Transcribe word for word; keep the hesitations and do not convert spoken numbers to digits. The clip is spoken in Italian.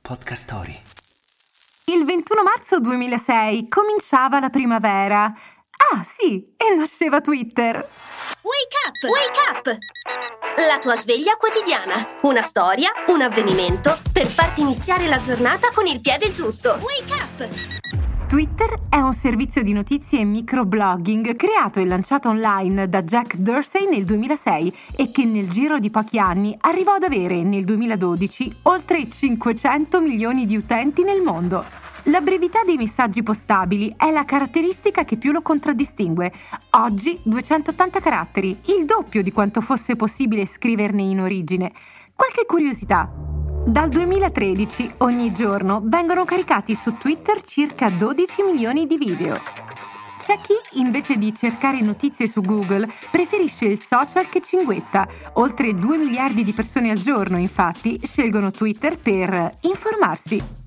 Podcast Story. Il ventuno marzo duemilasei cominciava la primavera. Ah, sì, e nasceva Twitter. Wake up! Wake up! La tua sveglia quotidiana. Una storia, un avvenimento per farti iniziare la giornata con il piede giusto. Wake up! Twitter è un servizio di notizie e microblogging creato e lanciato online da Jack Dorsey nel duemilasei e che nel giro di pochi anni arrivò ad avere nel duemiladodici oltre cinquecento milioni di utenti nel mondo. La brevità dei messaggi postabili è la caratteristica che più lo contraddistingue. Oggi duecentottanta caratteri, il doppio di quanto fosse possibile scriverne in origine. Qualche curiosità. Dal duemilatredici ogni giorno vengono caricati su Twitter circa dodici milioni di video. C'è chi, invece di cercare notizie su Google, preferisce il social che cinguetta. Oltre due miliardi di persone al giorno, infatti, scelgono Twitter per informarsi.